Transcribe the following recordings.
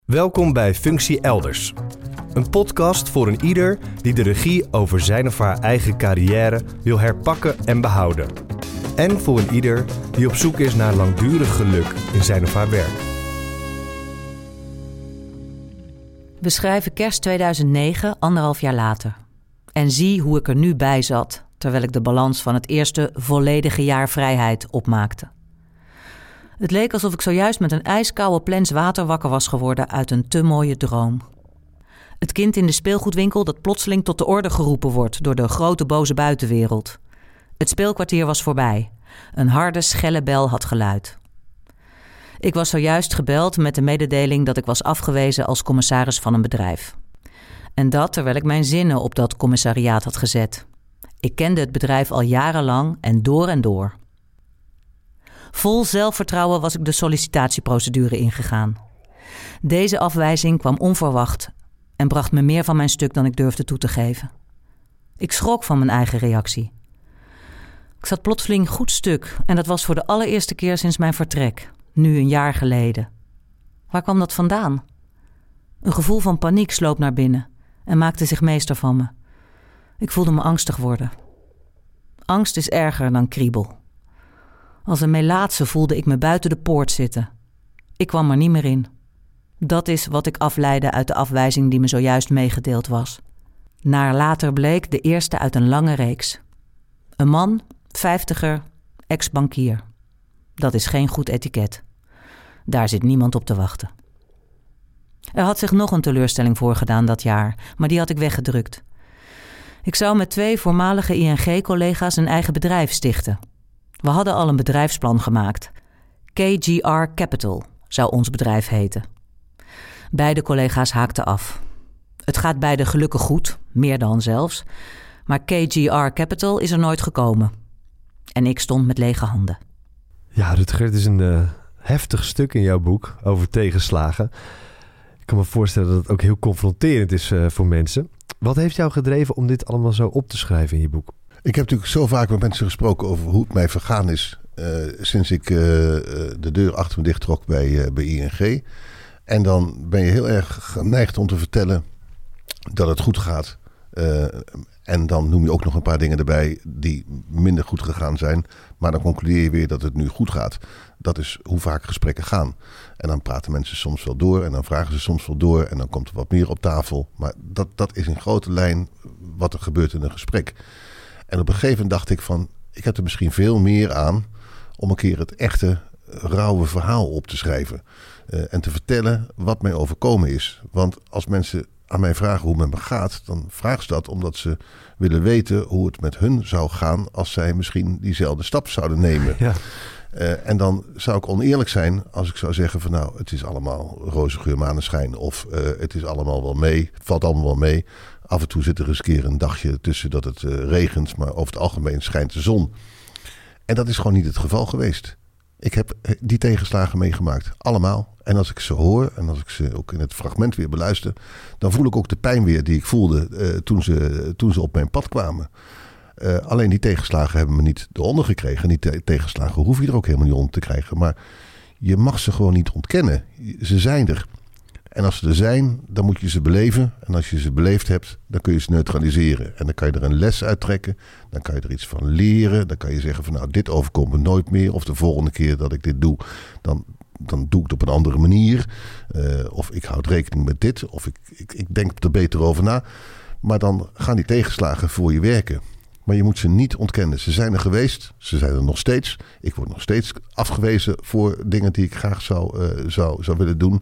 Welkom bij Functie Elders. Een podcast voor een ieder die de regie over zijn of haar eigen carrière wil herpakken en behouden. En voor een ieder die op zoek is naar langdurig geluk in zijn of haar werk. We schrijven kerst 2009, 1,5 jaar later. En zie hoe ik er nu bij zat, terwijl ik de balans van het eerste volledige jaar vrijheid opmaakte. Het leek alsof ik zojuist met een ijskoude plens water wakker was geworden uit een te mooie droom. Het kind in de speelgoedwinkel dat plotseling tot de orde geroepen wordt door de grote boze buitenwereld. Het speelkwartier was voorbij. Een harde, schelle bel had geluid. Ik was zojuist gebeld met de mededeling dat ik was afgewezen als commissaris van een bedrijf. En dat terwijl ik mijn zinnen op dat commissariaat had gezet. Ik kende het bedrijf al jarenlang en door. Vol zelfvertrouwen was ik de sollicitatieprocedure ingegaan. Deze afwijzing kwam onverwacht en bracht me meer van mijn stuk dan ik durfde toe te geven. Ik schrok van mijn eigen reactie. Ik zat plotseling goed stuk en dat was voor de allereerste keer sinds mijn vertrek, nu een jaar geleden. Waar kwam dat vandaan? Een gevoel van paniek sloop naar binnen en maakte zich meester van me. Ik voelde me angstig worden. Angst is erger dan kriebel. Als een melaatse voelde ik me buiten de poort zitten. Ik kwam er niet meer in. Dat is wat ik afleidde uit de afwijzing die me zojuist meegedeeld was. Naar later bleek de eerste uit een lange reeks. Een man, 50er, ex-bankier. Dat is geen goed etiket. Daar zit niemand op te wachten. Er had zich nog een teleurstelling voorgedaan dat jaar, maar die had ik weggedrukt. Ik zou met 2 voormalige ING-collega's een eigen bedrijf stichten. We hadden al een bedrijfsplan gemaakt. KGR Capital zou ons bedrijf heten. Beide collega's haakten af. Het gaat beide gelukkig goed, meer dan zelfs. Maar KGR Capital is er nooit gekomen. En ik stond met lege handen. Ja, Rutger, het is een heftig stuk in jouw boek over tegenslagen. Ik kan me voorstellen dat het ook heel confronterend is voor mensen. Wat heeft jou gedreven om dit allemaal zo op te schrijven in je boek? Ik heb natuurlijk zo vaak met mensen gesproken over hoe het mij vergaan is sinds ik de deur achter me dicht trok bij ING. En dan ben je heel erg geneigd om te vertellen dat het goed gaat. En dan noem je ook nog een paar dingen erbij die minder goed gegaan zijn. Maar dan concludeer je weer dat het nu goed gaat. Dat is hoe vaak gesprekken gaan. En dan praten mensen soms wel door en dan vragen ze soms wel door. En dan komt er wat meer op tafel. Maar dat is in grote lijn wat er gebeurt in een gesprek. En op een gegeven moment dacht ik van, ik heb er misschien veel meer aan om een keer het echte, rauwe verhaal op te schrijven. En te vertellen wat mij overkomen is. Want als mensen aan mij vragen hoe het met me gaat, dan vragen ze dat omdat ze willen weten hoe het met hun zou gaan als zij misschien diezelfde stap zouden nemen. Ja. En dan zou ik oneerlijk zijn als ik zou zeggen van nou, het is allemaal roze geur maneschijn of het is allemaal wel mee, valt allemaal wel mee. Af en toe zit er eens een keer een dagje tussen dat het regent, maar over het algemeen schijnt de zon. En dat is gewoon niet het geval geweest. Ik heb die tegenslagen meegemaakt, allemaal. En als ik ze hoor en als ik ze ook in het fragment weer beluister, dan voel ik ook de pijn weer die ik voelde toen ze op mijn pad kwamen. Alleen die tegenslagen hebben me niet eronder gekregen. Die tegenslagen hoef je er ook helemaal niet onder te krijgen. Maar je mag ze gewoon niet ontkennen. Ze zijn er. En als ze er zijn, dan moet je ze beleven. En als je ze beleefd hebt, dan kun je ze neutraliseren. En dan kan je er een les uit trekken. Dan kan je er iets van leren. Dan kan je zeggen van nou, dit overkomt me nooit meer. Of de volgende keer dat ik dit doe, dan doe ik het op een andere manier. Of ik houd rekening met dit. Of ik denk er beter over na. Maar dan gaan die tegenslagen voor je werken. Maar je moet ze niet ontkennen. Ze zijn er geweest. Ze zijn er nog steeds. Ik word nog steeds afgewezen voor dingen die ik graag zou willen doen.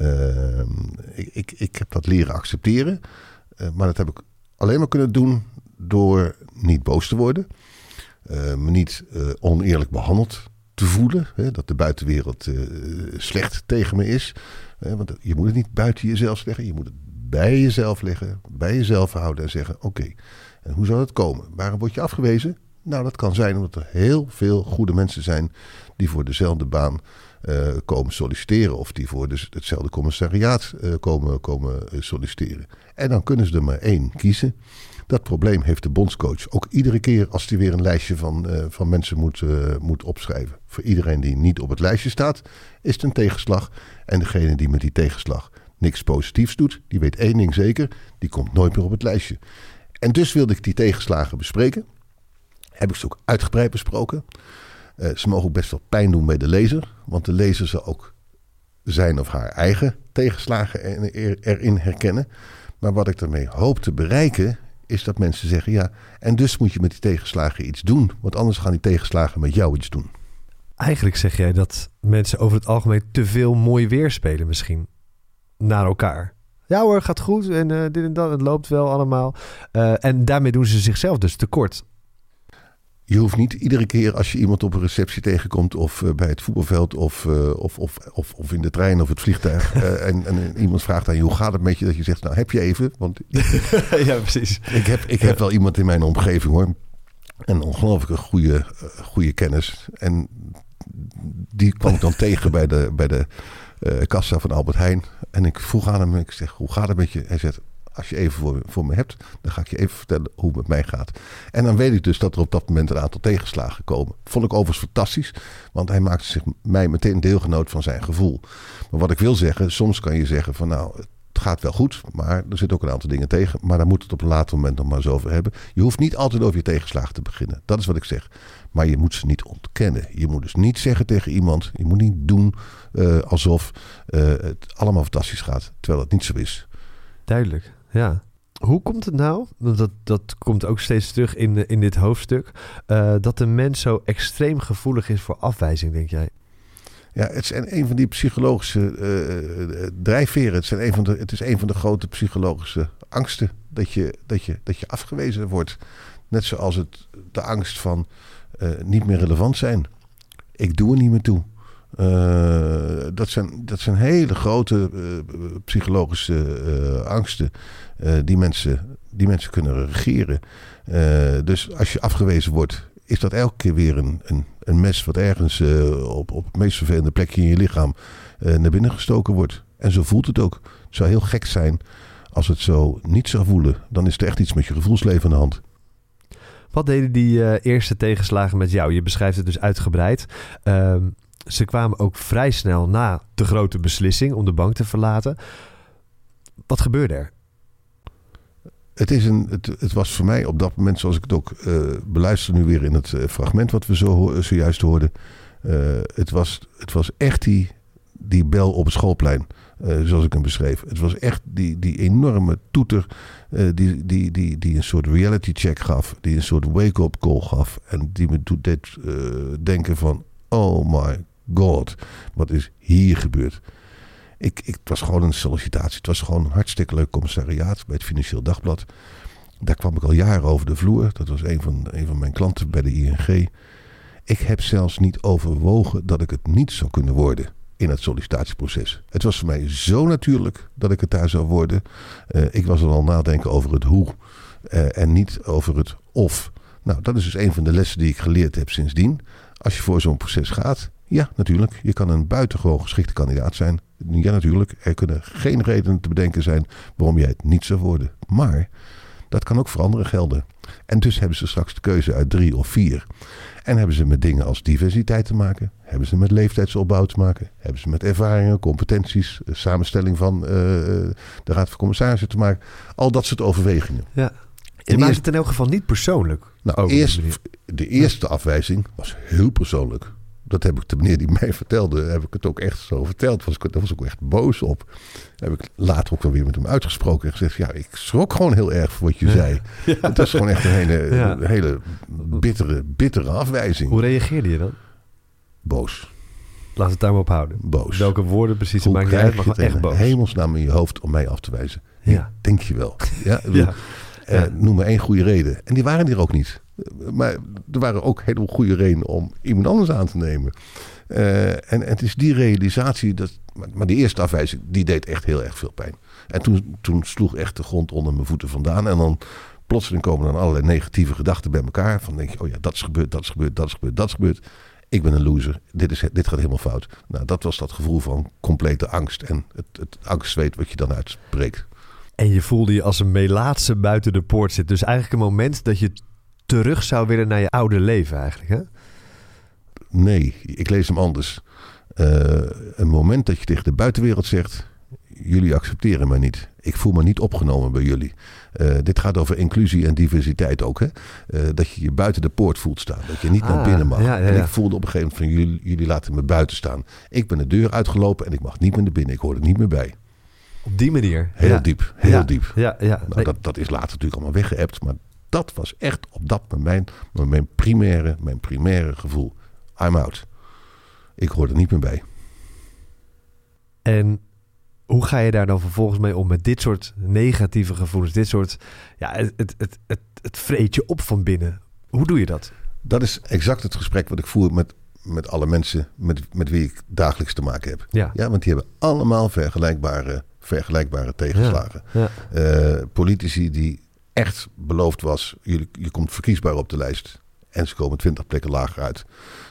Ik heb dat leren accepteren. Maar dat heb ik alleen maar kunnen doen door niet boos te worden. Me niet oneerlijk behandeld te voelen. Dat de buitenwereld slecht tegen me is. Want je moet het niet buiten jezelf leggen. Je moet het bij jezelf leggen. Bij jezelf houden en zeggen oké. En hoe zou dat komen? Waarom word je afgewezen? Nou, dat kan zijn omdat er heel veel goede mensen zijn die voor dezelfde baan komen solliciteren. Of die voor hetzelfde commissariaat komen solliciteren. En dan kunnen ze er maar 1 kiezen. Dat probleem heeft de bondscoach ook iedere keer als hij weer een lijstje van mensen moet opschrijven. Voor iedereen die niet op het lijstje staat, is het een tegenslag. En degene die met die tegenslag niks positiefs doet, die weet één ding zeker, die komt nooit meer op het lijstje. En dus wilde ik die tegenslagen bespreken. Heb ik ze ook uitgebreid besproken. Ze mogen ook best wel pijn doen bij de lezer, want de lezer zal ook zijn of haar eigen tegenslagen erin herkennen. Maar wat ik daarmee hoop te bereiken, is dat mensen zeggen, ja, en dus moet je met die tegenslagen iets doen, want anders gaan die tegenslagen met jou iets doen. Eigenlijk zeg jij dat mensen over het algemeen te veel mooi weer spelen misschien naar elkaar. Ja hoor, gaat goed en dit en dat, het loopt wel allemaal. En daarmee doen ze zichzelf dus tekort. Je hoeft niet iedere keer als je iemand op een receptie tegenkomt of bij het voetbalveld of in de trein of het vliegtuig en iemand vraagt aan je hoe gaat het met je, dat je zegt nou heb je even. Want ja precies. Ik heb wel iemand in mijn omgeving hoor. Een ongelooflijke goede kennis. En die kwam ik dan tegen bij de kassa van Albert Heijn. En ik vroeg aan hem, ik zeg, hoe gaat het met je? Hij zegt, als je even voor me hebt, dan ga ik je even vertellen hoe het met mij gaat. En dan weet ik dus dat er op dat moment een aantal tegenslagen komen. Vond ik overigens fantastisch, want hij maakte mij meteen deelgenoot van zijn gevoel. Maar wat ik wil zeggen, soms kan je zeggen van nou, het gaat wel goed, maar er zitten ook een aantal dingen tegen. Maar daar moet het op een later moment nog maar eens over hebben. Je hoeft niet altijd over je tegenslagen te beginnen. Dat is wat ik zeg. Maar je moet ze niet ontkennen. Je moet dus niet zeggen tegen iemand, je moet niet doen alsof het allemaal fantastisch gaat, terwijl het niet zo is. Duidelijk, ja. Hoe komt het nou, want dat komt ook steeds terug in dit hoofdstuk, dat de mens zo extreem gevoelig is voor afwijzing, denk jij? Ja, het is een van die psychologische drijfveren. Het is een van de grote psychologische angsten dat je afgewezen wordt. Net zoals de angst van niet meer relevant zijn. Ik doe er niet meer toe. Dat zijn hele grote psychologische angsten die mensen kunnen regeren. Dus als je afgewezen wordt, is dat elke keer weer een mes wat ergens op het meest vervelende plekje in je lichaam naar binnen gestoken wordt. En zo voelt het ook. Het zou heel gek zijn als het zo niet zou voelen. Dan is er echt iets met je gevoelsleven aan de hand. Wat deden die eerste tegenslagen met jou? Je beschrijft het dus uitgebreid. Ze kwamen ook vrij snel na de grote beslissing om de bank te verlaten. Wat gebeurde er? Het was voor mij op dat moment, zoals ik het ook beluister nu weer in het fragment wat we zojuist hoorden. Het was echt die bel op het schoolplein, zoals ik hem beschreef. Het was echt die enorme toeter die een soort reality check gaf. Die een soort wake-up call gaf. En die me deed denken van, oh my god, wat is hier gebeurd? Het was gewoon een sollicitatie. Het was gewoon een hartstikke leuk commissariaat bij het Financieel Dagblad. Daar kwam ik al jaren over de vloer. Dat was een van mijn klanten bij de ING. Ik heb zelfs niet overwogen dat ik het niet zou kunnen worden in het sollicitatieproces. Het was voor mij zo natuurlijk dat ik het daar zou worden. Ik was al nadenken over het hoe en niet over het of. Nou, dat is dus een van de lessen die ik geleerd heb sindsdien. Als je voor zo'n proces gaat, ja, natuurlijk. Je kan een buitengewoon geschikte kandidaat zijn. Ja, natuurlijk. Er kunnen geen redenen te bedenken zijn waarom jij het niet zou worden. Maar dat kan ook voor anderen gelden. En dus hebben ze straks de keuze uit 3 of 4. En hebben ze met dingen als diversiteit te maken? Hebben ze met leeftijdsopbouw te maken? Hebben ze met ervaringen, competenties, samenstelling van de Raad van Commissarissen te maken? Al dat soort overwegingen. Ja. Je maakt het in elk geval niet persoonlijk. Nou, de eerste afwijzing was heel persoonlijk. Dat heb ik de meneer die mij vertelde, heb ik het ook echt zo verteld. Daar was ik ook echt boos op. Daar heb ik later ook wel weer met hem uitgesproken en gezegd, ja, ik schrok gewoon heel erg voor wat je zei. Ja. Het was gewoon echt een hele bittere afwijzing. Hoe reageerde je dan? Boos. Laat het daar maar op houden. Boos. Welke woorden precies, maakt niet uit, maar gewoon echt boos. Hemelsnaam in je hoofd om mij af te wijzen. Ja. Denk je wel. Ja? Noem maar 1 goede reden. En die waren er ook niet. Maar er waren ook hele goede redenen om iemand anders aan te nemen. En het is die realisatie, maar die eerste afwijzing, die deed echt heel erg veel pijn. En toen sloeg echt de grond onder mijn voeten vandaan. En dan plotseling komen dan allerlei negatieve gedachten bij elkaar. Van denk je, oh ja, dat is gebeurd, dat is gebeurd, dat is gebeurd, dat is gebeurd. Ik ben een loser. Dit gaat helemaal fout. Nou, dat was dat gevoel van complete angst. En het angstzweet wat je dan uitspreekt. En je voelde je als een melaatse buiten de poort zit. Dus eigenlijk een moment dat je terug zou willen naar je oude leven eigenlijk, hè? Nee, ik lees hem anders. Een moment dat je tegen de buitenwereld zegt, jullie accepteren mij niet. Ik voel me niet opgenomen bij jullie. Dit gaat over inclusie en diversiteit ook. Hè? Dat je je buiten de poort voelt staan. Dat je niet naar binnen mag. Ja. En ik voelde op een gegeven moment van jullie laten me buiten staan. Ik ben de deur uitgelopen en ik mag niet meer naar binnen. Ik hoor er niet meer bij. Op die manier. Heel diep. Diep. Ja. Nou, dat is later natuurlijk allemaal weggeëpt. Maar dat was echt op dat moment mijn primaire gevoel. I'm out. Ik hoor er niet meer bij. En hoe ga je daar dan vervolgens mee om met dit soort negatieve gevoelens? Dit soort, het vreet je op van binnen. Hoe doe je dat? Dat is exact het gesprek wat ik voer met alle mensen met wie ik dagelijks te maken heb. Ja, want die hebben allemaal vergelijkbare tegenslagen. Ja. Politici die echt beloofd was, je komt verkiesbaar op de lijst. En ze komen 20 plekken lager uit.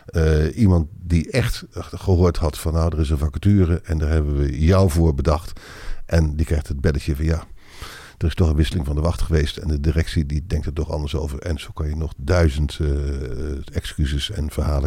Iemand die echt gehoord had van er is een vacature en daar hebben we jou voor bedacht. En die krijgt het belletje van er is toch een wisseling van de wacht geweest. En de directie die denkt er toch anders over. En zo kan je nog 1000 excuses en verhalen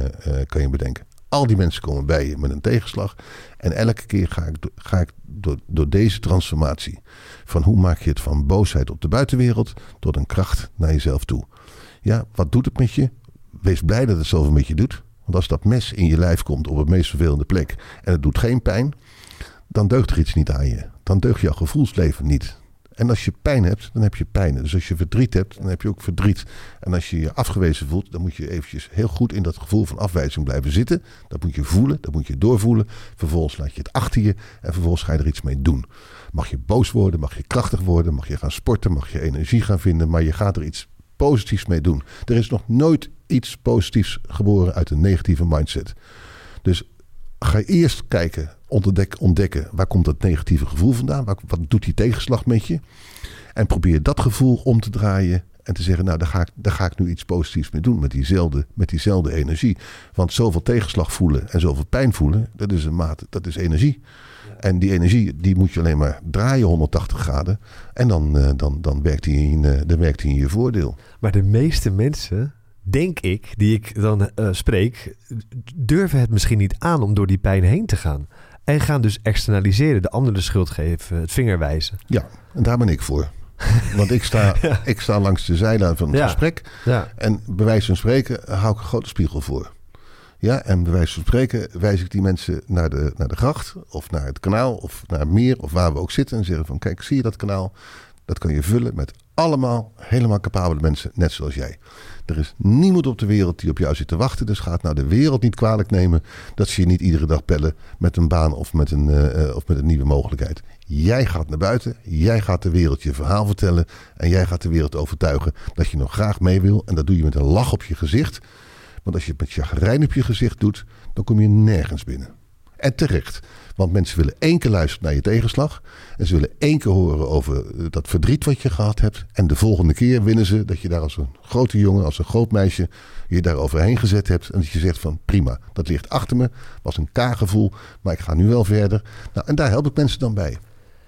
kan je bedenken. Al die mensen komen bij je met een tegenslag. En elke keer ga ik door deze transformatie. Van hoe maak je het van boosheid op de buitenwereld tot een kracht naar jezelf toe. Ja, wat doet het met je? Wees blij dat het zoveel met je doet. Want als dat mes in je lijf komt op het meest vervelende plek en het doet geen pijn, dan deugt er iets niet aan je. Dan deugt jouw gevoelsleven niet. En als je pijn hebt, dan heb je pijn. Dus als je verdriet hebt, dan heb je ook verdriet. En als je je afgewezen voelt, dan moet je eventjes heel goed in dat gevoel van afwijzing blijven zitten. Dat moet je voelen, dat moet je doorvoelen. Vervolgens laat je het achter je en vervolgens ga je er iets mee doen. Mag je boos worden, mag je krachtig worden, mag je gaan sporten, mag je energie gaan vinden, maar je gaat er iets positiefs mee doen. Er is nog nooit iets positiefs geboren uit een negatieve mindset. Dus ga eerst kijken, ontdekken waar komt dat negatieve gevoel vandaan? Wat doet die tegenslag met je? En probeer dat gevoel om te draaien en te zeggen, daar ga ik nu iets positiefs mee doen met diezelfde energie. Want zoveel tegenslag voelen en zoveel pijn voelen, dat is energie. Ja. En die energie die moet je alleen maar draaien 180 graden en dan werkt die in je voordeel. Maar de meeste mensen, denk ik, die ik dan spreek, durven het misschien niet aan om door die pijn heen te gaan. En gaan dus externaliseren, de ander de schuld geven, het vinger wijzen. Ja, en daar ben ik voor. Want ik sta langs de zijlijn van het gesprek. Ja. En bij wijze van spreken hou ik een grote spiegel voor. Ja, en bij wijze van spreken wijs ik die mensen naar de gracht of naar het kanaal of naar het meer of waar we ook zitten. En zeggen van kijk, zie je dat kanaal? Dat kan je vullen met allemaal helemaal capabele mensen, net zoals jij. Er is niemand op de wereld die op jou zit te wachten. Dus gaat nou de wereld niet kwalijk nemen dat ze je niet iedere dag bellen met een baan of met een nieuwe mogelijkheid. Jij gaat naar buiten, jij gaat de wereld je verhaal vertellen en jij gaat de wereld overtuigen dat je nog graag mee wil. En dat doe je met een lach op je gezicht. Want als je het met chagrijn op je gezicht doet, dan kom je nergens binnen. En terecht. Want mensen willen 1 keer luisteren naar je tegenslag. En ze willen 1 keer horen over dat verdriet wat je gehad hebt. En de volgende keer winnen ze dat je daar als een grote jongen, als een groot meisje, je daar overheen gezet hebt. En dat je zegt van prima, dat ligt achter me. Was een K-gevoel, maar ik ga nu wel verder. Nou, en daar help ik mensen dan bij.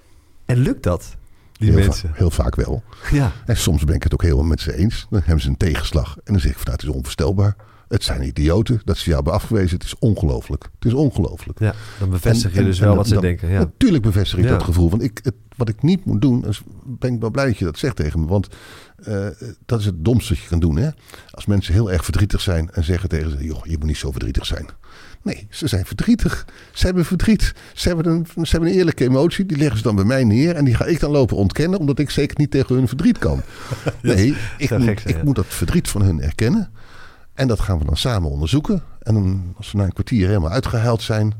En lukt dat? Die mensen? Heel vaak wel. Ja. En soms ben ik het ook helemaal met ze eens. Dan hebben ze een tegenslag. En dan zeg ik van het is onvoorstelbaar. Het zijn idioten dat ze jou hebben afgewezen. Het is ongelooflijk. Het is ongelooflijk. Ja, dan bevestig je dus wel wat ze denken. Ja. Natuurlijk bevestig ik dat gevoel. Want wat ik niet moet doen, ben ik wel blij dat je dat zegt tegen me. Want dat is het domste dat je kan doen. Hè? Als mensen heel erg verdrietig zijn en zeggen tegen ze, joh, je moet niet zo verdrietig zijn. Nee, ze zijn verdrietig. Ze hebben verdriet. Ze hebben een eerlijke emotie. Die leggen ze dan bij mij neer. En die ga ik dan lopen ontkennen. Omdat ik zeker niet tegen hun verdriet kan. Nee, ik moet dat verdriet van hun erkennen. En dat gaan we dan samen onderzoeken. En dan, als we na een kwartier helemaal uitgehuild zijn,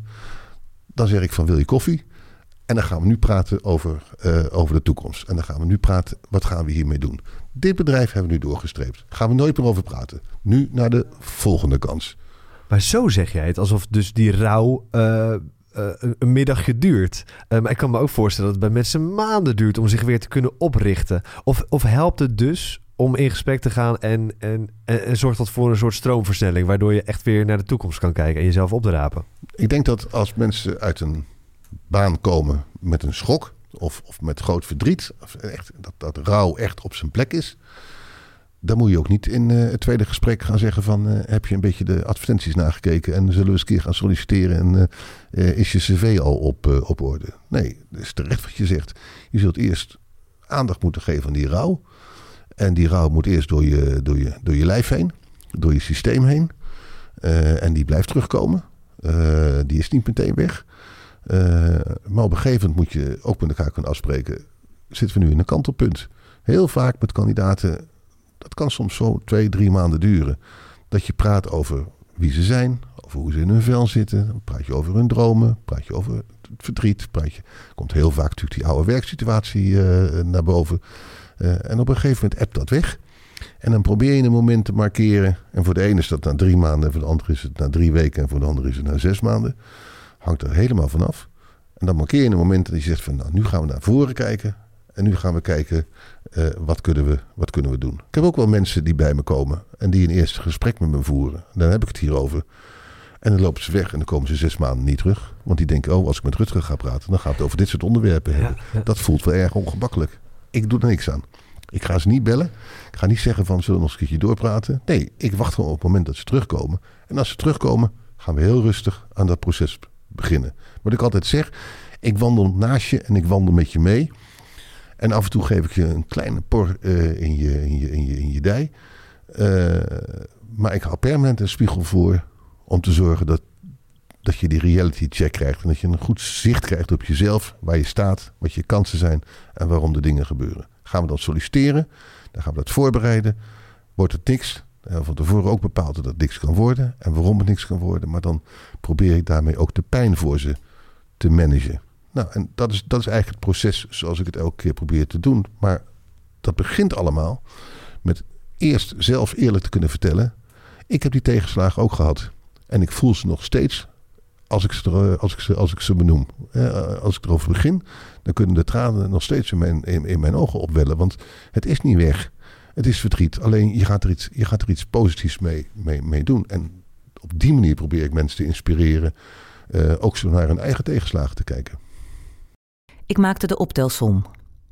dan zeg ik van wil je koffie? En dan gaan we nu praten over de toekomst. En dan gaan we nu praten, wat gaan we hiermee doen? Dit bedrijf hebben we nu doorgestreept. Gaan we nooit meer over praten. Nu naar de volgende kans. Maar zo zeg jij het, alsof dus die rouw een middagje duurt. Maar ik kan me ook voorstellen dat het bij mensen maanden duurt om zich weer te kunnen oprichten. Of helpt het dus om in gesprek te gaan en zorgt dat voor een soort stroomversnelling, waardoor je echt weer naar de toekomst kan kijken en jezelf oprapen? Ik denk dat als mensen uit een baan komen met een schok of met groot verdriet, of echt, dat rouw echt op zijn plek is, Dan moet je ook niet in het tweede gesprek gaan zeggen van... heb je een beetje de advertenties nagekeken... en zullen we eens een keer gaan solliciteren... en is je cv al op orde? Nee, dat is terecht wat je zegt. Je zult eerst aandacht moeten geven aan die rouw. En die rouw moet eerst door je lijf heen. Door je systeem heen. En die blijft terugkomen. Die is niet meteen weg. Maar op een gegeven moment moet je ook met elkaar kunnen afspreken... zitten we nu in een kantelpunt. Heel vaak met kandidaten... dat kan soms zo 2-3 maanden duren. Dat je praat over wie ze zijn... over hoe ze in hun vel zitten. Dan praat je over hun dromen. Praat je over het verdriet. Komt heel vaak natuurlijk die oude werksituatie naar boven. En op een gegeven moment appt dat weg... En dan probeer je een moment te markeren. En voor de ene is dat na 3 maanden. En voor de andere is het na 3 weken. En voor de andere is het na 6 maanden. Hangt er helemaal vanaf. En dan markeer je een moment dat je zegt van... nou, nu gaan we naar voren kijken. En nu gaan we kijken, wat kunnen we doen. Ik heb ook wel mensen die bij me komen. En die een eerste gesprek met me voeren. Dan heb ik het hierover. En dan lopen ze weg. En dan komen ze 6 maanden niet terug. Want die denken, als ik met Rutger ga praten... dan gaat het over dit soort onderwerpen hebben. Ja. Dat voelt wel erg ongemakkelijk. Ik doe er niks aan. Ik ga ze niet bellen. Ik ga niet zeggen van, zullen we nog eens een keertje doorpraten? Nee, ik wacht gewoon op het moment dat ze terugkomen. En als ze terugkomen, gaan we heel rustig aan dat proces beginnen. Wat ik altijd zeg, ik wandel naast je en ik wandel met je mee. En af en toe geef ik je een kleine por in je dij. Maar ik hou permanent een spiegel voor om te zorgen dat je die reality check krijgt. En dat je een goed zicht krijgt op jezelf, waar je staat, wat je kansen zijn en waarom de dingen gebeuren. Gaan we dan solliciteren, dan gaan we dat voorbereiden. Wordt het niks, dan hebben we van tevoren ook bepaald dat het niks kan worden. En waarom het niks kan worden. Maar dan probeer ik daarmee ook de pijn voor ze te managen. Nou, en dat is eigenlijk het proces zoals ik het elke keer probeer te doen. Maar dat begint allemaal met eerst zelf eerlijk te kunnen vertellen. Ik heb die tegenslagen ook gehad. En ik voel ze nog steeds als ik ze benoem. Als ik erover begin, dan kunnen de tranen nog steeds in mijn ogen opwellen. Want het is niet weg. Het is verdriet. Alleen je gaat er iets positiefs mee doen. En op die manier probeer ik mensen te inspireren. Ook zo naar hun eigen tegenslagen te kijken. Ik maakte de optelsom.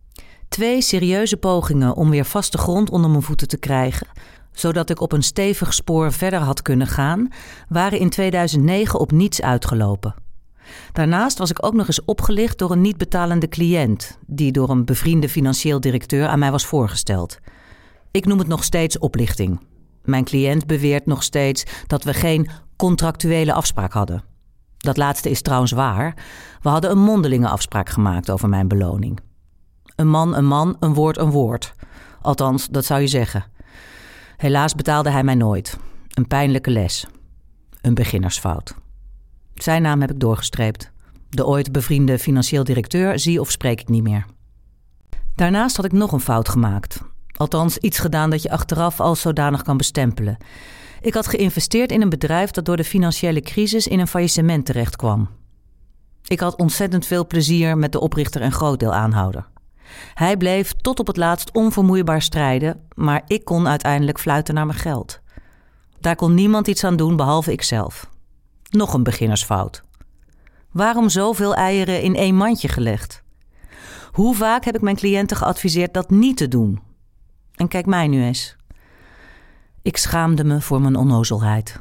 2 serieuze pogingen om weer vaste grond onder mijn voeten te krijgen, zodat ik op een stevig spoor verder had kunnen gaan, waren in 2009 op niets uitgelopen. Daarnaast was ik ook nog eens opgelicht door een niet betalende cliënt, die door een bevriende financieel directeur aan mij was voorgesteld. Ik noem het nog steeds oplichting. Mijn cliënt beweert nog steeds dat we geen contractuele afspraak hadden. Dat laatste is trouwens waar. We hadden een mondelinge afspraak gemaakt over mijn beloning. Een man, een woord. Althans, dat zou je zeggen. Helaas betaalde hij mij nooit. Een pijnlijke les. Een beginnersfout. Zijn naam heb ik doorgestreept. De ooit bevriende financieel directeur zie of spreek ik niet meer. Daarnaast had ik nog een fout gemaakt. Althans, iets gedaan dat je achteraf als zodanig kan bestempelen. Ik had geïnvesteerd in een bedrijf dat door de financiële crisis in een faillissement terecht kwam. Ik had ontzettend veel plezier met de oprichter en grootdeelaanhouder. Hij bleef tot op het laatst onvermoeibaar strijden, maar ik kon uiteindelijk fluiten naar mijn geld. Daar kon niemand iets aan doen behalve ikzelf. Nog een beginnersfout. Waarom zoveel eieren in 1 mandje gelegd? Hoe vaak heb ik mijn cliënten geadviseerd dat niet te doen? En kijk mij nu eens. Ik schaamde me voor mijn onnozelheid.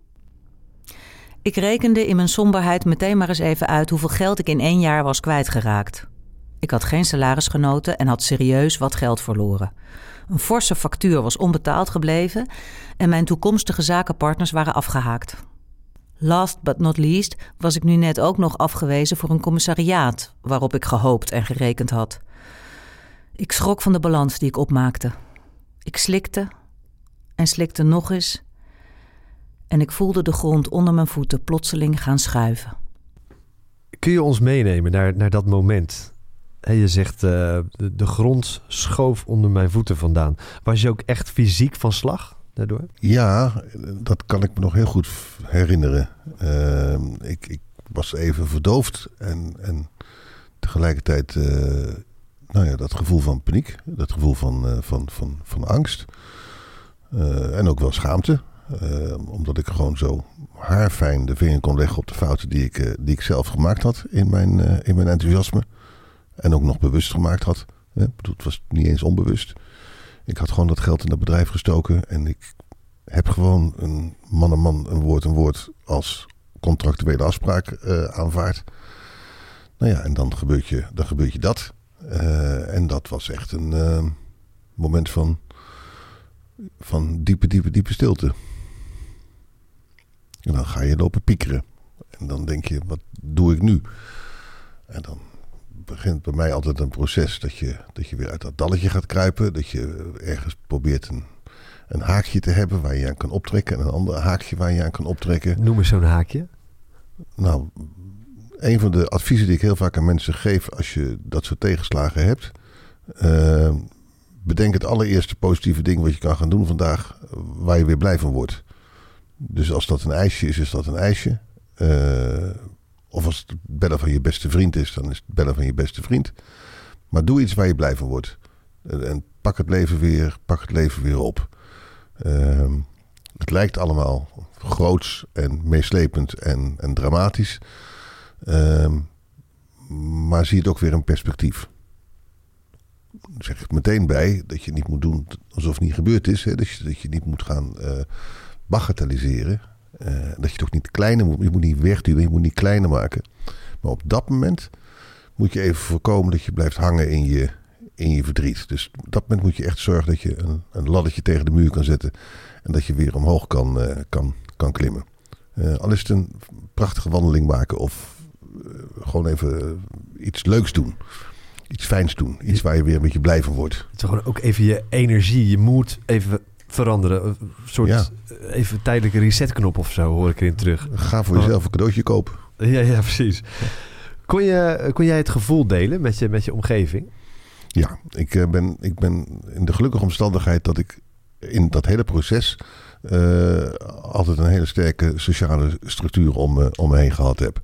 Ik rekende in mijn somberheid meteen maar eens even uit hoeveel geld ik in 1 jaar was kwijtgeraakt. Ik had geen salaris genoten en had serieus wat geld verloren. Een forse factuur was onbetaald gebleven en mijn toekomstige zakenpartners waren afgehaakt. Last but not least was ik nu net ook nog afgewezen voor een commissariaat waarop ik gehoopt en gerekend had. Ik schrok van de balans die ik opmaakte. Ik slikte en slikte nog eens en ik voelde de grond onder mijn voeten plotseling gaan schuiven. Kun je ons meenemen naar dat moment? Je zegt, de grond schoof onder mijn voeten vandaan. Was je ook echt fysiek van slag daardoor? Ja, dat kan ik me nog heel goed herinneren. Ik was even verdoofd en tegelijkertijd dat gevoel van paniek. Dat gevoel van angst. En ook wel schaamte. Omdat ik gewoon zo haarfijn de vinger kon leggen op de fouten die ik zelf gemaakt had in mijn enthousiasme. En ook nog bewust gemaakt had. Het was niet eens onbewust. Ik had gewoon dat geld in dat bedrijf gestoken. En ik heb gewoon een man, een woord als contractuele afspraak aanvaard. Nou ja, en dan gebeurt je dat. En dat was echt een moment van diepe stilte. En dan ga je lopen piekeren. En dan denk je, wat doe ik nu? En dan begint bij mij altijd een proces dat je weer uit dat dalletje gaat kruipen. Dat je ergens probeert een haakje te hebben waar je aan kan optrekken. En een ander haakje waar je aan kan optrekken. Noem eens zo'n haakje. Nou, een van de adviezen die ik heel vaak aan mensen geef als je dat soort tegenslagen hebt. Bedenk het allereerste positieve ding wat je kan gaan doen vandaag waar je weer blij van wordt. Dus als dat een ijsje is dat een ijsje. Of als het bellen van je beste vriend is, dan is het bellen van je beste vriend. Maar doe iets waar je blij van wordt. En pak het leven weer op. Het lijkt allemaal groots en meeslepend en dramatisch. Maar zie het ook weer in perspectief. Dan zeg ik meteen bij dat je niet moet doen alsof het niet gebeurd is. Hè? Dat je niet moet gaan bagatelliseren. Dat je het ook niet kleiner moet. Je moet niet wegduwen, je moet niet kleiner maken. Maar op dat moment moet je even voorkomen dat je blijft hangen in je verdriet. Dus op dat moment moet je echt zorgen dat je een laddertje tegen de muur kan zetten. En dat je weer omhoog kan klimmen. Al is het een prachtige wandeling maken of gewoon even iets leuks doen. Iets fijns doen. Iets waar je weer een beetje blij van wordt. Het is gewoon ook even je energie, je moed even veranderen. Een soort even tijdelijke resetknop of zo hoor ik erin terug. Ga voor jezelf een cadeautje kopen. Ja, precies. Kon jij het gevoel delen met je omgeving? Ja, ik ben in de gelukkige omstandigheid dat ik in dat hele proces altijd een hele sterke sociale structuur om me heen gehad heb.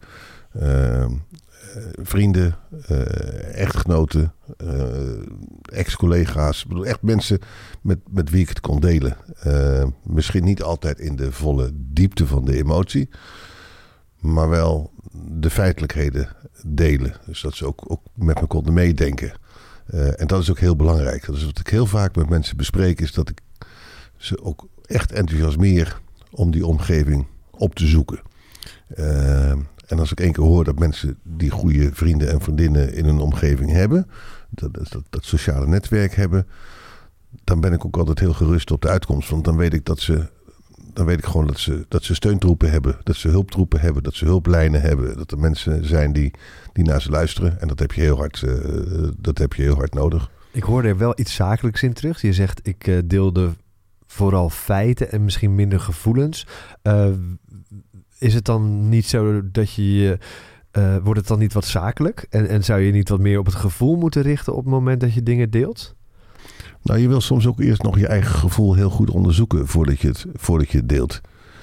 Vrienden, echtgenoten, ex-collega's. Ik bedoel, echt mensen met wie ik het kon delen. Misschien niet altijd in de volle diepte van de emotie. Maar wel de feitelijkheden delen. Dus dat ze ook met me konden meedenken. En dat is ook heel belangrijk. Dat is wat ik heel vaak met mensen bespreek. Is dat ik ze ook echt enthousiasmeer om die omgeving op te zoeken. En als ik één keer hoor dat mensen die goede vrienden en vriendinnen in hun omgeving hebben. Dat sociale netwerk hebben. Dan ben ik ook altijd heel gerust op de uitkomst. Want dan weet ik gewoon dat ze steuntroepen hebben. Dat ze hulptroepen hebben. Dat ze hulplijnen hebben. Dat er mensen zijn die naar ze luisteren. En dat heb je heel hard nodig. Ik hoorde er wel iets zakelijks in terug. Je zegt ik deelde vooral feiten en misschien minder gevoelens. Is het dan niet zo dat wordt het dan niet wat zakelijk? En zou je niet wat meer op het gevoel moeten richten op het moment dat je dingen deelt? Nou, je wil soms ook eerst nog je eigen gevoel heel goed onderzoeken voordat je het deelt.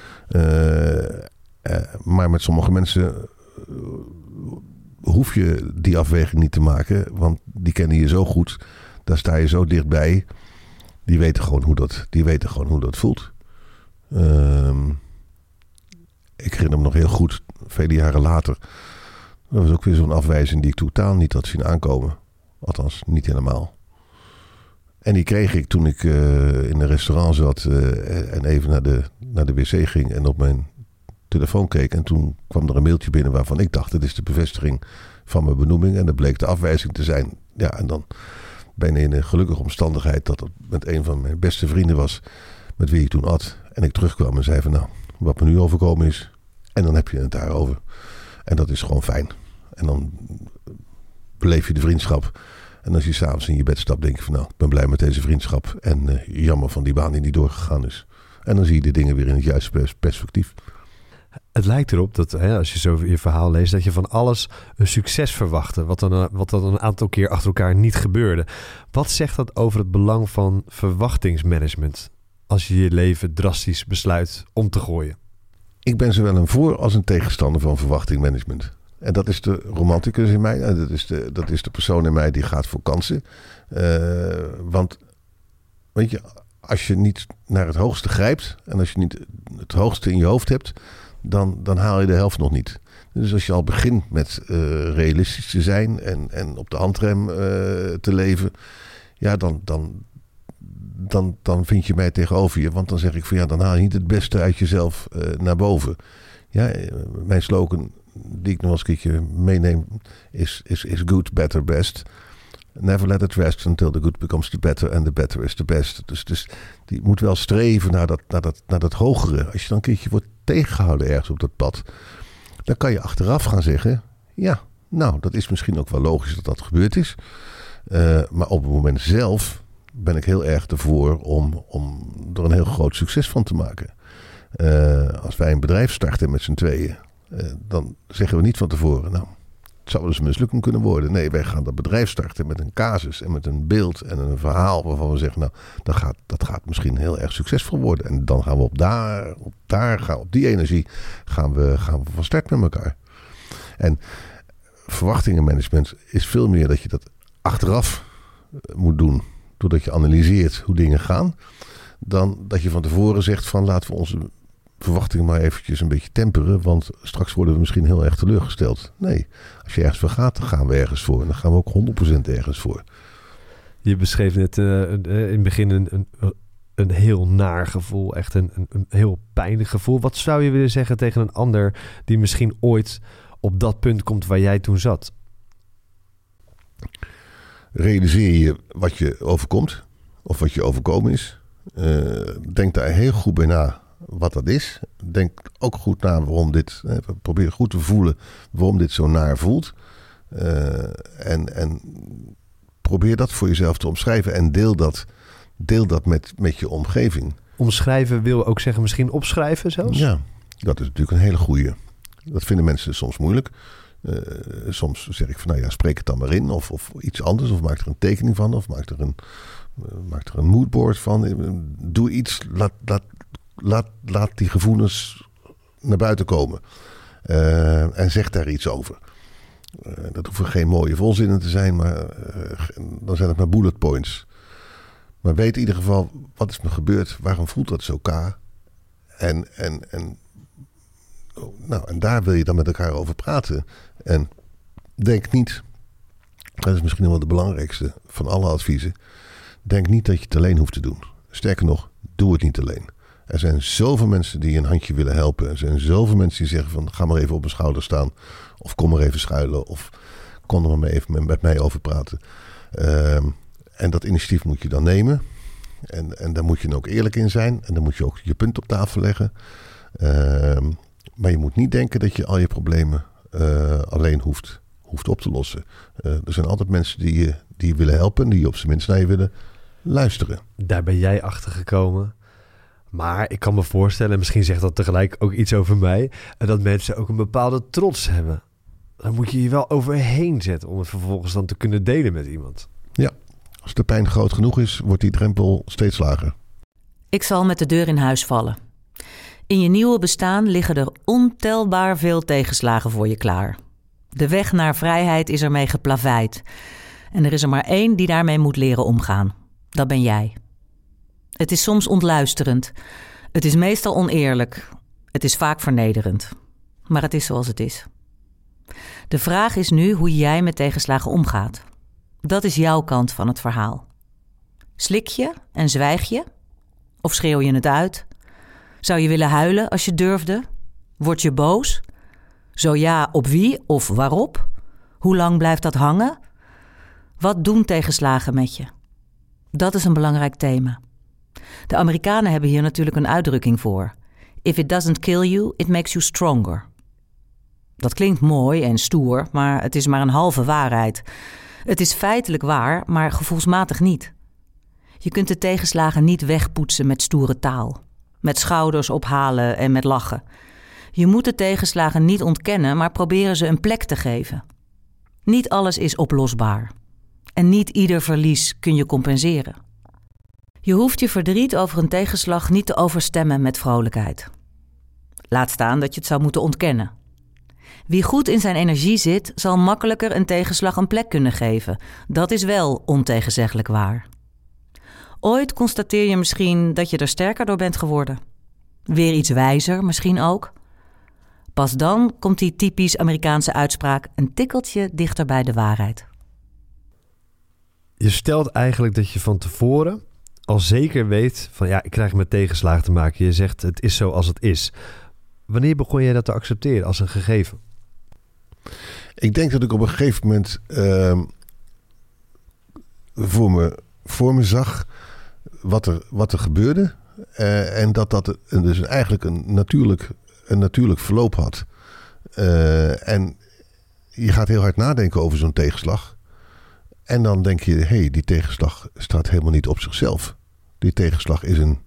Maar met sommige mensen hoef je die afweging niet te maken. Want die kennen je zo goed. Daar sta je zo dichtbij. Die weten gewoon hoe dat voelt. Ik herinner me nog heel goed, vele jaren later. Dat was ook weer zo'n afwijzing die ik totaal niet had zien aankomen. Althans, niet helemaal. En die kreeg ik toen ik in een restaurant zat en even naar de wc ging en op mijn telefoon keek. En toen kwam er een mailtje binnen waarvan ik dacht, dit is de bevestiging van mijn benoeming. En dat bleek de afwijzing te zijn. Ja, en dan ben je in een gelukkige omstandigheid dat het met een van mijn beste vrienden was met wie ik toen at. En ik terugkwam en zei van nou, wat me nu overkomen is. En dan heb je het daarover. En dat is gewoon fijn. En dan beleef je de vriendschap. En als je s'avonds in je bed stapt, denk je van nou, ik ben blij met deze vriendschap. En jammer van die baan die niet doorgegaan is. En dan zie je de dingen weer in het juiste perspectief. Het lijkt erop dat als je zo je verhaal leest, dat je van alles een succes verwachtte. Wat dan een aantal keer achter elkaar niet gebeurde. Wat zegt dat over het belang van verwachtingsmanagement als je je leven drastisch besluit om te gooien? Ik ben zowel een voor- als een tegenstander van verwachtingmanagement. En dat is de romanticus in mij. Dat is de persoon in mij die gaat voor kansen. Want weet je, als je niet naar het hoogste grijpt en als je niet het hoogste in je hoofd hebt, dan haal je de helft nog niet. Dus als je al begint met realistisch te zijn en op de handrem te leven, ja, dan vind je mij tegenover je. Want dan zeg ik van ja, dan haal je niet het beste uit jezelf naar boven. Ja, mijn slogan die ik nog eens een keertje meeneem is good, better, best. Never let it rest until the good becomes the better and the better is the best. Dus die moet wel streven naar dat hogere. Als je dan een keertje wordt tegengehouden ergens op dat pad, dan kan je achteraf gaan zeggen, ja, nou, dat is misschien ook wel logisch dat dat gebeurd is. Maar op het moment zelf ben ik heel erg ervoor om er een heel groot succes van te maken. Als wij een bedrijf starten met z'n tweeën, dan zeggen we niet van tevoren, nou, het zou wel eens een mislukking kunnen worden. Nee, wij gaan dat bedrijf starten met een casus en met een beeld en een verhaal waarvan we zeggen, nou, dat gaat misschien heel erg succesvol worden. En dan gaan we op die energie gaan we van start met elkaar. En verwachtingenmanagement is veel meer dat je dat achteraf moet doen, doordat je analyseert hoe dingen gaan, dan dat je van tevoren zegt van laten we onze verwachtingen maar eventjes een beetje temperen, want straks worden we misschien heel erg teleurgesteld. Nee, als je ergens voor gaat, dan gaan we ergens voor. En dan gaan we ook 100% ergens voor. Je beschreef net in het begin een heel naar gevoel, echt een heel pijnlijk gevoel. Wat zou je willen zeggen tegen een ander die misschien ooit op dat punt komt waar jij toen zat? Realiseer je wat je overkomt of wat je overkomen is. Denk daar heel goed bij na wat dat is. Denk ook goed na waarom dit. Probeer goed te voelen waarom dit zo naar voelt. En probeer dat voor jezelf te omschrijven en deel dat met je omgeving. Omschrijven wil ook zeggen misschien opschrijven zelfs? Ja, dat is natuurlijk een hele goeie. Dat vinden mensen soms moeilijk. Soms zeg ik van nou ja, spreek het dan maar in of iets anders. Of maak er een tekening van. Of maak er een moodboard van. Doe iets. Laat die gevoelens naar buiten komen. En zeg daar iets over. Dat hoeven geen mooie volzinnen te zijn. Maar dan zijn het maar bullet points. Maar weet in ieder geval, wat is me gebeurd? Waarom voelt dat zo ka? En daar wil je dan met elkaar over praten. En denk niet, dat is misschien wel de belangrijkste van alle adviezen. Denk niet dat je het alleen hoeft te doen. Sterker nog, doe het niet alleen. Er zijn zoveel mensen die je een handje willen helpen. Er zijn zoveel mensen die zeggen van ga maar even op mijn schouder staan. Of kom maar even schuilen. Of kom er maar even met mij over praten. En dat initiatief moet je dan nemen. En daar moet je dan ook eerlijk in zijn. En dan moet je ook je punt op tafel leggen. Maar je moet niet denken dat je al je problemen alleen hoeft op te lossen. Er zijn altijd mensen die je willen helpen. Die op zijn minst naar je willen luisteren. Daar ben jij achter gekomen. Maar ik kan me voorstellen, misschien zegt dat tegelijk ook iets over mij, dat mensen ook een bepaalde trots hebben. Dan moet je je wel overheen zetten om het vervolgens dan te kunnen delen met iemand. Ja, als de pijn groot genoeg is, wordt die drempel steeds lager. Ik zal met de deur in huis vallen. In je nieuwe bestaan liggen er ontelbaar veel tegenslagen voor je klaar. De weg naar vrijheid is ermee geplaveid. En er is er maar één die daarmee moet leren omgaan. Dat ben jij. Het is soms ontluisterend. Het is meestal oneerlijk. Het is vaak vernederend. Maar het is zoals het is. De vraag is nu hoe jij met tegenslagen omgaat. Dat is jouw kant van het verhaal. Slik je en zwijg je? Of schreeuw je het uit? Zou je willen huilen als je durfde? Word je boos? Zo ja, op wie of waarop? Hoe lang blijft dat hangen? Wat doen tegenslagen met je? Dat is een belangrijk thema. De Amerikanen hebben hier natuurlijk een uitdrukking voor. If it doesn't kill you, it makes you stronger. Dat klinkt mooi en stoer, maar het is maar een halve waarheid. Het is feitelijk waar, maar gevoelsmatig niet. Je kunt de tegenslagen niet wegpoetsen met stoere taal. Met schouders ophalen en met lachen. Je moet de tegenslagen niet ontkennen, maar proberen ze een plek te geven. Niet alles is oplosbaar. En niet ieder verlies kun je compenseren. Je hoeft je verdriet over een tegenslag niet te overstemmen met vrolijkheid. Laat staan dat je het zou moeten ontkennen. Wie goed in zijn energie zit, zal makkelijker een tegenslag een plek kunnen geven. Dat is wel ontegenzeggelijk waar. Ooit constateer je misschien dat je er sterker door bent geworden. Weer iets wijzer misschien ook. Pas dan komt die typisch Amerikaanse uitspraak een tikkeltje dichter bij de waarheid. Je stelt eigenlijk dat je van tevoren al zeker weet van ik krijg met tegenslagen te maken. Je zegt het is zoals het is. Wanneer begon jij dat te accepteren als een gegeven? Ik denk dat ik op een gegeven moment voor me zag wat er gebeurde. En dat dus eigenlijk een natuurlijk verloop had. En je gaat heel hard nadenken over zo'n tegenslag. En dan denk je, die tegenslag staat helemaal niet op zichzelf. Die tegenslag is een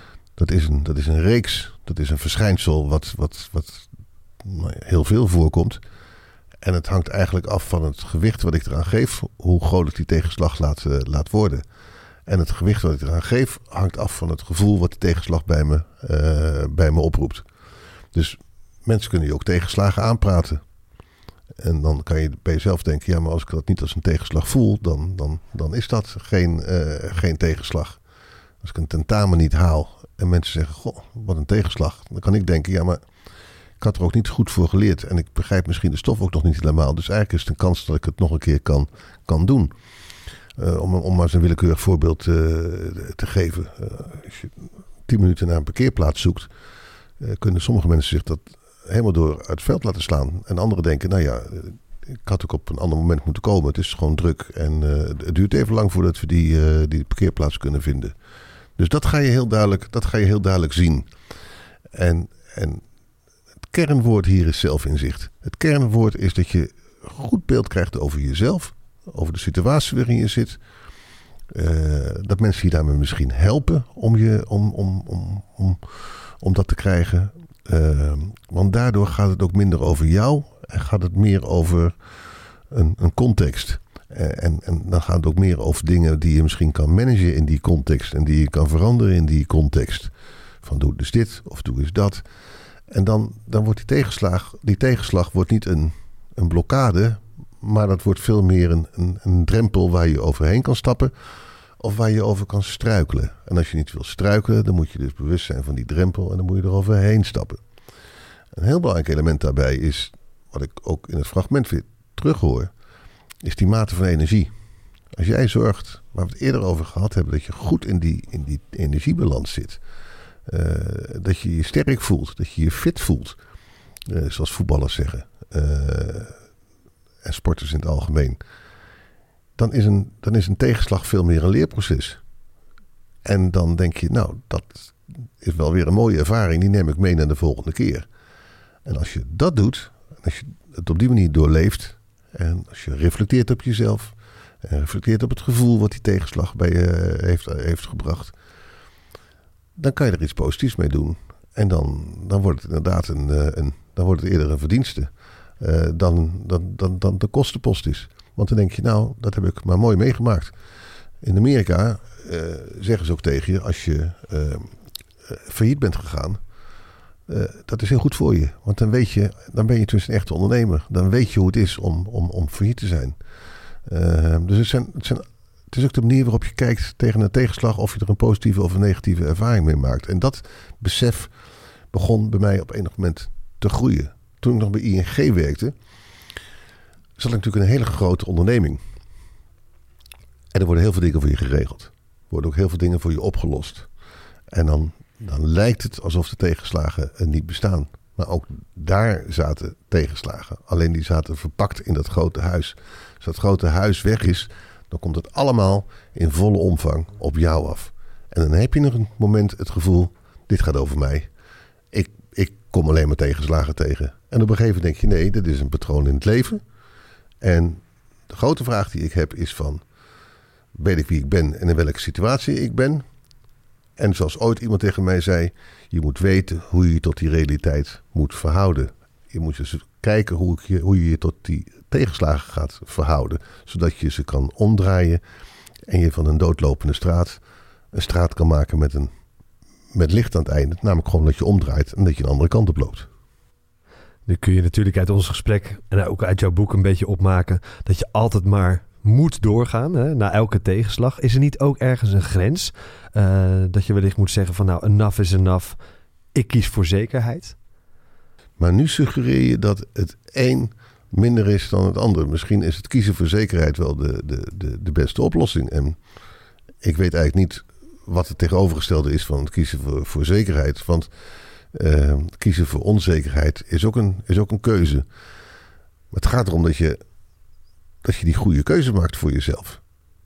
reeks. Dat is een verschijnsel wat heel veel voorkomt. En het hangt eigenlijk af van het gewicht wat ik eraan geef. Hoe groot ik die tegenslag laat worden. En het gewicht wat ik eraan geef hangt af van het gevoel wat die tegenslag bij me oproept. Dus mensen kunnen je ook tegenslagen aanpraten. En dan kan je bij jezelf denken, maar als ik dat niet als een tegenslag voel, dan is dat geen tegenslag. Als ik een tentamen niet haal en mensen zeggen, goh, wat een tegenslag. Dan kan ik denken, maar ik had er ook niet goed voor geleerd. En ik begrijp misschien de stof ook nog niet helemaal. Dus eigenlijk is het een kans dat ik het nog een keer kan doen. Om maar eens een willekeurig voorbeeld te geven. Als je 10 minuten naar een parkeerplaats zoekt, kunnen sommige mensen zich dat helemaal door uit het veld laten slaan. En anderen denken, ik had ook op een ander moment moeten komen. Het is gewoon druk en het duurt even lang voordat we die parkeerplaats kunnen vinden. Dus dat ga je heel duidelijk zien. En het kernwoord hier is zelfinzicht. Het kernwoord is dat je goed beeld krijgt over jezelf, over de situatie waarin je zit. Dat mensen je daarmee misschien helpen om dat te krijgen. Want daardoor gaat het ook minder over jou en gaat het meer over een context. En dan gaat het ook meer over dingen die je misschien kan managen in die context en die je kan veranderen in die context. Van doe dus dit of doe eens dat. En dan wordt die tegenslag wordt niet een blokkade, maar dat wordt veel meer een drempel waar je overheen kan stappen of waar je over kan struikelen. En als je niet wil struikelen, dan moet je dus bewust zijn van die drempel en dan moet je er overheen stappen. Een heel belangrijk element daarbij is, wat ik ook in het fragment weer terughoor, is die mate van energie. Als jij zorgt, waar we het eerder over gehad hebben, dat je goed in die energiebalans zit. Dat je je sterk voelt, dat je je fit voelt. Zoals voetballers zeggen. En sporters in het algemeen. Dan is een tegenslag veel meer een leerproces. En dan denk je, dat is wel weer een mooie ervaring. Die neem ik mee naar de volgende keer. En als je dat doet, als je het op die manier doorleeft, en als je reflecteert op jezelf, en reflecteert op het gevoel wat die tegenslag bij je heeft gebracht, dan kan je er iets positiefs mee doen. En dan wordt het inderdaad dan wordt het eerder een verdienste dan de kostenpost is. Want dan denk je, dat heb ik maar mooi meegemaakt. In Amerika zeggen ze ook tegen je, als je failliet bent gegaan, dat is heel goed voor je. Want dan ben je dus een echte ondernemer. Dan weet je hoe het is om failliet te zijn. Dus het is ook de manier waarop je kijkt tegen een tegenslag, of je er een positieve of een negatieve ervaring mee maakt. En dat besef begon bij mij op enig moment te groeien. Toen ik nog bij ING werkte, zat ik natuurlijk in een hele grote onderneming. En er worden heel veel dingen voor je geregeld. Er worden ook heel veel dingen voor je opgelost. En dan lijkt het alsof de tegenslagen niet bestaan. Maar ook daar zaten tegenslagen. Alleen die zaten verpakt in dat grote huis. Als dat grote huis weg is, dan komt het allemaal in volle omvang op jou af. En dan heb je nog een moment het gevoel, dit gaat over mij. Ik kom alleen maar tegenslagen tegen. En op een gegeven moment denk je, nee, dit is een patroon in het leven. En de grote vraag die ik heb is van, weet ik wie ik ben en in welke situatie ik ben? En zoals ooit iemand tegen mij zei, je moet weten hoe je je tot die realiteit moet verhouden. Je moet dus kijken hoe je je tot die tegenslagen gaat verhouden. Zodat je ze kan omdraaien en je van een doodlopende straat een straat kan maken met licht aan het einde. Namelijk gewoon dat je omdraait en dat je een andere kant op loopt. Nu kun je natuurlijk uit ons gesprek en ook uit jouw boek een beetje opmaken dat je altijd maar moet doorgaan, hè, na elke tegenslag. Is er niet ook ergens een grens dat je wellicht moet zeggen van enough is enough, ik kies voor zekerheid? Maar nu suggereer je dat het een minder is dan het ander. Misschien is het kiezen voor zekerheid wel de beste oplossing. En ik weet eigenlijk niet wat het tegenovergestelde is van het kiezen voor zekerheid. Want kiezen voor onzekerheid is ook een keuze. Maar het gaat erom dat je die goede keuze maakt voor jezelf.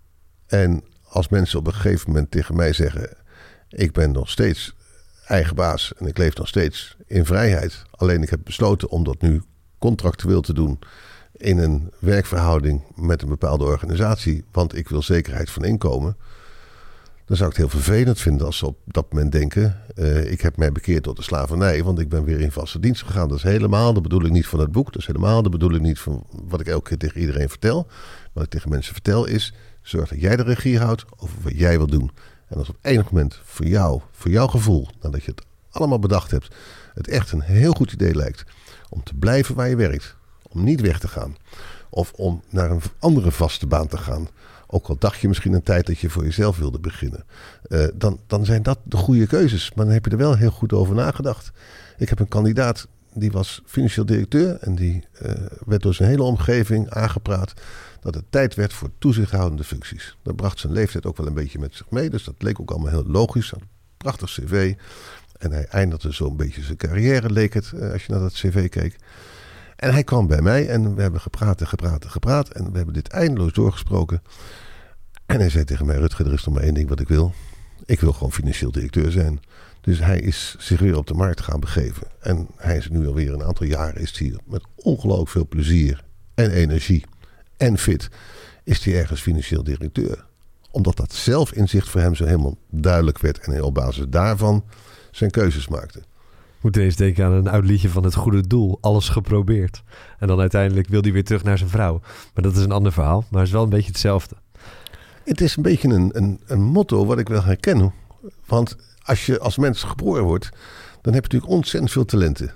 En als mensen op een gegeven moment tegen mij zeggen, ik ben nog steeds eigen baas en ik leef nog steeds in vrijheid. Alleen ik heb besloten om dat nu contractueel te doen in een werkverhouding met een bepaalde organisatie, want ik wil zekerheid van inkomen. Dan zou ik het heel vervelend vinden als ze op dat moment denken, ik heb mij bekeerd tot de slavernij, want ik ben weer in vaste dienst gegaan. Dat is helemaal de bedoeling niet van het boek. Dat is helemaal de bedoeling niet van wat ik elke keer tegen iedereen vertel. Wat ik tegen mensen vertel is, zorg dat jij de regie houdt over wat jij wil doen. En als op enig moment voor jouw gevoel, nadat je het allemaal bedacht hebt, het echt een heel goed idee lijkt om te blijven waar je werkt, om niet weg te gaan of om naar een andere vaste baan te gaan, ook al dacht je misschien een tijd dat je voor jezelf wilde beginnen, dan zijn dat de goede keuzes. Maar dan heb je er wel heel goed over nagedacht. Ik heb een kandidaat, die was financieel directeur en die werd door zijn hele omgeving aangepraat dat het tijd werd voor toezichthoudende functies. Dat bracht zijn leeftijd ook wel een beetje met zich mee, dus dat leek ook allemaal heel logisch. Een prachtig cv. En hij eindigde zo'n beetje zijn carrière, leek het, als je naar dat cv keek. En hij kwam bij mij en we hebben gepraat en we hebben dit eindeloos doorgesproken. En hij zei tegen mij, Rutger, er is nog maar één ding wat ik wil. Ik wil gewoon financieel directeur zijn. Dus hij is zich weer op de markt gaan begeven. En hij is nu alweer een aantal jaren, is hij met ongelooflijk veel plezier en energie en fit, is hij ergens financieel directeur. Omdat dat zelfinzicht voor hem zo helemaal duidelijk werd en hij op basis daarvan zijn keuzes maakte. Moet eens denken aan een oud liedje van Het Goede Doel. Alles geprobeerd. En dan uiteindelijk wil hij weer terug naar zijn vrouw. Maar dat is een ander verhaal. Maar het is wel een beetje hetzelfde. Het is een beetje een motto wat ik wel herken. Want als je als mens geboren wordt, dan heb je natuurlijk ontzettend veel talenten.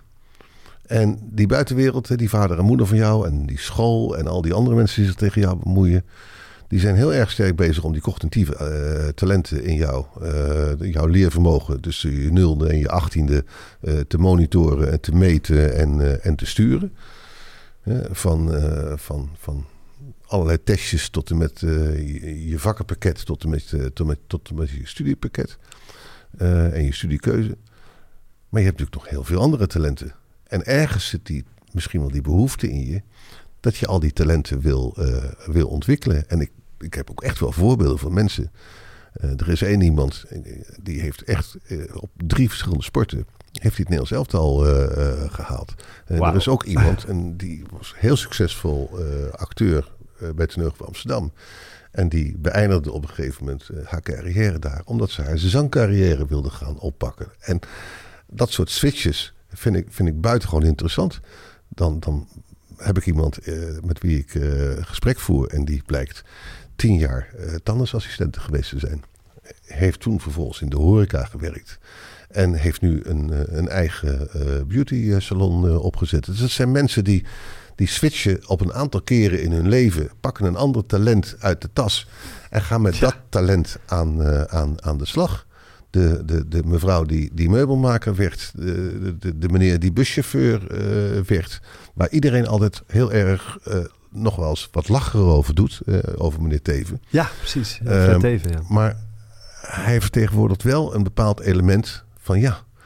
En die buitenwereld, die vader en moeder van jou en die school en al die andere mensen die zich tegen jou bemoeien, die zijn heel erg sterk bezig om die cognitieve talenten in jou, jouw leervermogen tussen je 0e en je 18e te monitoren en te meten en te sturen. Van allerlei testjes tot en met je vakkenpakket, tot en met je studiepakket en je studiekeuze. Maar je hebt natuurlijk nog heel veel andere talenten. En ergens zit misschien wel die behoefte in je dat je al die talenten wil ontwikkelen. En ik heb ook echt wel voorbeelden van mensen. Er is één iemand die heeft echt op 3 verschillende sporten heeft hij het Nederlands elftal gehaald. Wow. Er is ook iemand en die was heel succesvol acteur bij Toneel van Amsterdam. En die beëindigde op een gegeven moment haar carrière daar, omdat ze haar zangcarrière wilde gaan oppakken. En dat soort switches vind ik buitengewoon interessant. Dan heb ik iemand met wie ik gesprek voer en die blijkt 10 jaar tandartsassistent geweest te zijn. Heeft toen vervolgens in de horeca gewerkt. En heeft nu een eigen beauty salon opgezet. Dus dat zijn mensen die switchen op een aantal keren in hun leven. Pakken een ander talent uit de tas. En gaan met dat talent aan de slag. De mevrouw die meubelmaker werd. De meneer die buschauffeur werd. Waar iedereen altijd heel erg nog wel eens wat lacherig over doet. Over meneer Teven. Ja, precies. Fred Teven, ja. Maar hij vertegenwoordigt wel een bepaald element van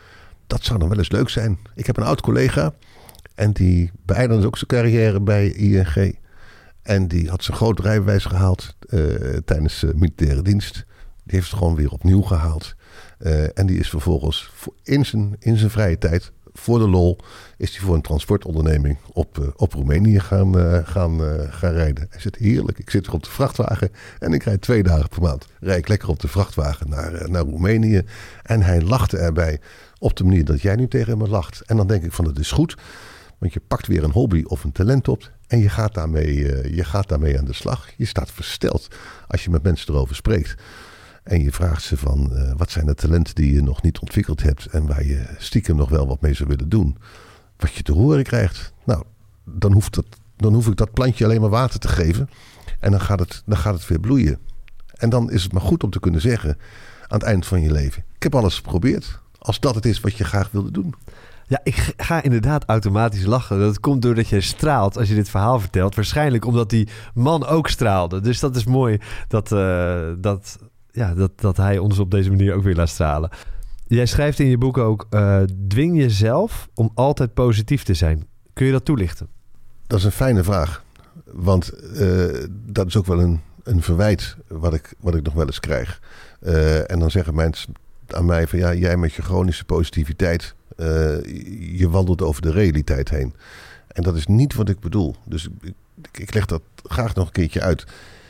dat zou dan wel eens leuk zijn. Ik heb een oud collega en die beëindigde ook zijn carrière bij ING. En die had zijn groot rijbewijs gehaald tijdens militaire dienst. Die heeft het gewoon weer opnieuw gehaald. En die is vervolgens in zijn vrije tijd, voor de lol, is hij voor een transportonderneming op Roemenië gaan rijden. Hij zit heerlijk. Ik zit er op de vrachtwagen en ik rijd 2 dagen per maand. Rijd ik lekker op de vrachtwagen naar Roemenië. En hij lachte erbij op de manier dat jij nu tegen hem lacht. En dan denk ik van het is goed. Want je pakt weer een hobby of een talent op en je gaat daarmee aan de slag. Je staat versteld als je met mensen erover spreekt. En je vraagt ze van wat zijn de talenten die je nog niet ontwikkeld hebt en waar je stiekem nog wel wat mee zou willen doen. Wat je te horen krijgt. Nou, dan hoef ik dat plantje alleen maar water te geven. En dan gaat het weer bloeien. En dan is het maar goed om te kunnen zeggen aan het eind van je leven: ik heb alles geprobeerd. Als dat het is wat je graag wilde doen. Ja, ik ga inderdaad automatisch lachen. Dat komt doordat je straalt als je dit verhaal vertelt. Waarschijnlijk omdat die man ook straalde. Dus dat is mooi dat dat hij ons op deze manier ook weer laat stralen. Jij schrijft in je boek ook, dwing jezelf om altijd positief te zijn. Kun je dat toelichten? Dat is een fijne vraag. Want dat is ook wel een verwijt wat ik nog wel eens krijg. En dan zeggen mensen aan mij van ja, jij met je chronische positiviteit, je wandelt over de realiteit heen. En dat is niet wat ik bedoel. Dus ik leg dat graag nog een keertje uit.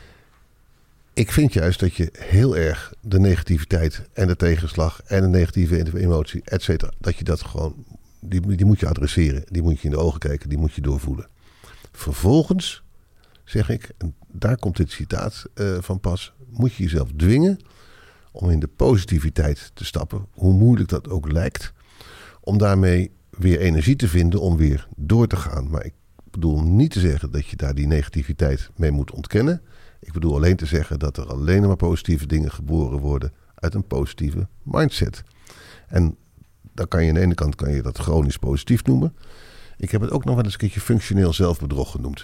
Ik vind juist dat je heel erg de negativiteit en de tegenslag en de negatieve emotie, et cetera, dat je dat gewoon, die moet je adresseren. Die moet je in de ogen kijken, die moet je doorvoelen. Vervolgens, zeg ik, en daar komt dit citaat van pas, moet je jezelf dwingen om in de positiviteit te stappen, hoe moeilijk dat ook lijkt, om daarmee weer energie te vinden om weer door te gaan. Maar ik bedoel niet te zeggen dat je daar die negativiteit mee moet ontkennen. Ik bedoel alleen te zeggen dat er alleen maar positieve dingen geboren worden uit een positieve mindset. En dan kan je aan de ene kant dat chronisch positief noemen. Ik heb het ook nog wel eens een keertje functioneel zelfbedrog genoemd.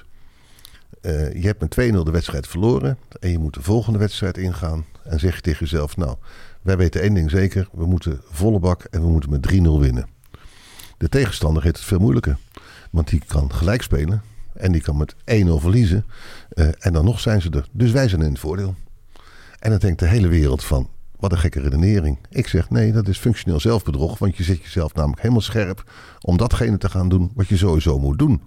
Je hebt met 2-0 de wedstrijd verloren en je moet de volgende wedstrijd ingaan. En zeg je tegen jezelf, nou, wij weten één ding zeker. We moeten volle bak en we moeten met 3-0 winnen. De tegenstander heeft het veel moeilijker. Want die kan gelijk spelen en die kan met 1-0 verliezen. En dan nog zijn ze er. Dus wij zijn in het voordeel. En dan denkt de hele wereld van, wat een gekke redenering. Ik zeg, nee, dat is functioneel zelfbedrog. Want je zet jezelf namelijk helemaal scherp om datgene te gaan doen wat je sowieso moet doen.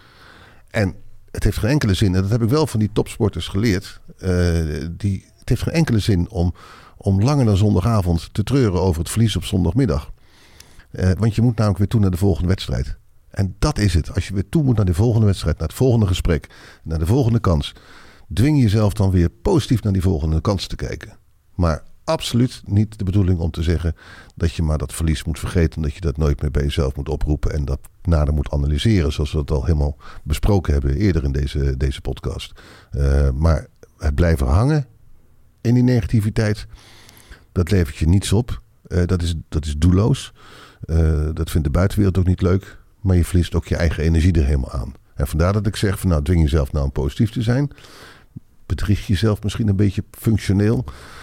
En het heeft geen enkele zin, en dat heb ik wel van die topsporters geleerd. Het heeft geen enkele zin om langer dan zondagavond te treuren over het verlies op zondagmiddag. Want je moet namelijk weer toe naar de volgende wedstrijd. En dat is het. Als je weer toe moet naar de volgende wedstrijd, naar het volgende gesprek, naar de volgende kans, dwing jezelf dan weer positief naar die volgende kans te kijken. Maar absoluut niet de bedoeling om te zeggen dat je maar dat verlies moet vergeten, dat je dat nooit meer bij jezelf moet oproepen en dat nader moet analyseren, zoals we dat al helemaal besproken hebben eerder in deze podcast. Maar het blijven hangen in die negativiteit, dat levert je niets op. Dat is doelloos. Dat vindt de buitenwereld ook niet leuk. Maar je verliest ook je eigen energie er helemaal aan. En vandaar dat ik zeg van nou, dwing jezelf nou om positief te zijn. Bedrieg jezelf misschien een beetje functioneel.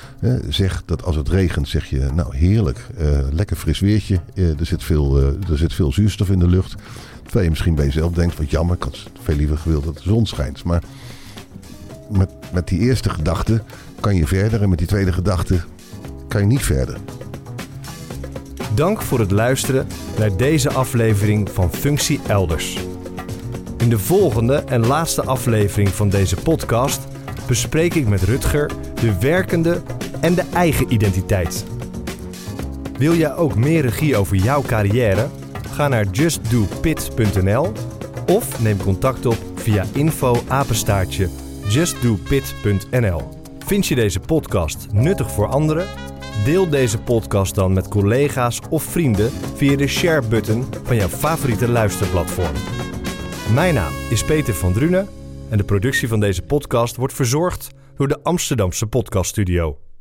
Zeg dat als het regent, zeg je nou heerlijk, lekker fris weertje. Er zit veel zuurstof in de lucht. Terwijl je misschien bij jezelf denkt, wat jammer, ik had veel liever gewild dat de zon schijnt. Maar met die eerste gedachte kan je verder en met die tweede gedachte kan je niet verder. Dank voor het luisteren naar deze aflevering van Functie Elders. In de volgende en laatste aflevering van deze podcast bespreek ik met Rutger de werkende en de eigen identiteit. Wil jij ook meer regie over jouw carrière? Ga naar justdopit.nl of neem contact op via info@justdopit.nl. Vind je deze podcast nuttig voor anderen? Deel deze podcast dan met collega's of vrienden via de share-button van jouw favoriete luisterplatform. Mijn naam is Peter van Drunen en de productie van deze podcast wordt verzorgd door de Amsterdamse Podcaststudio.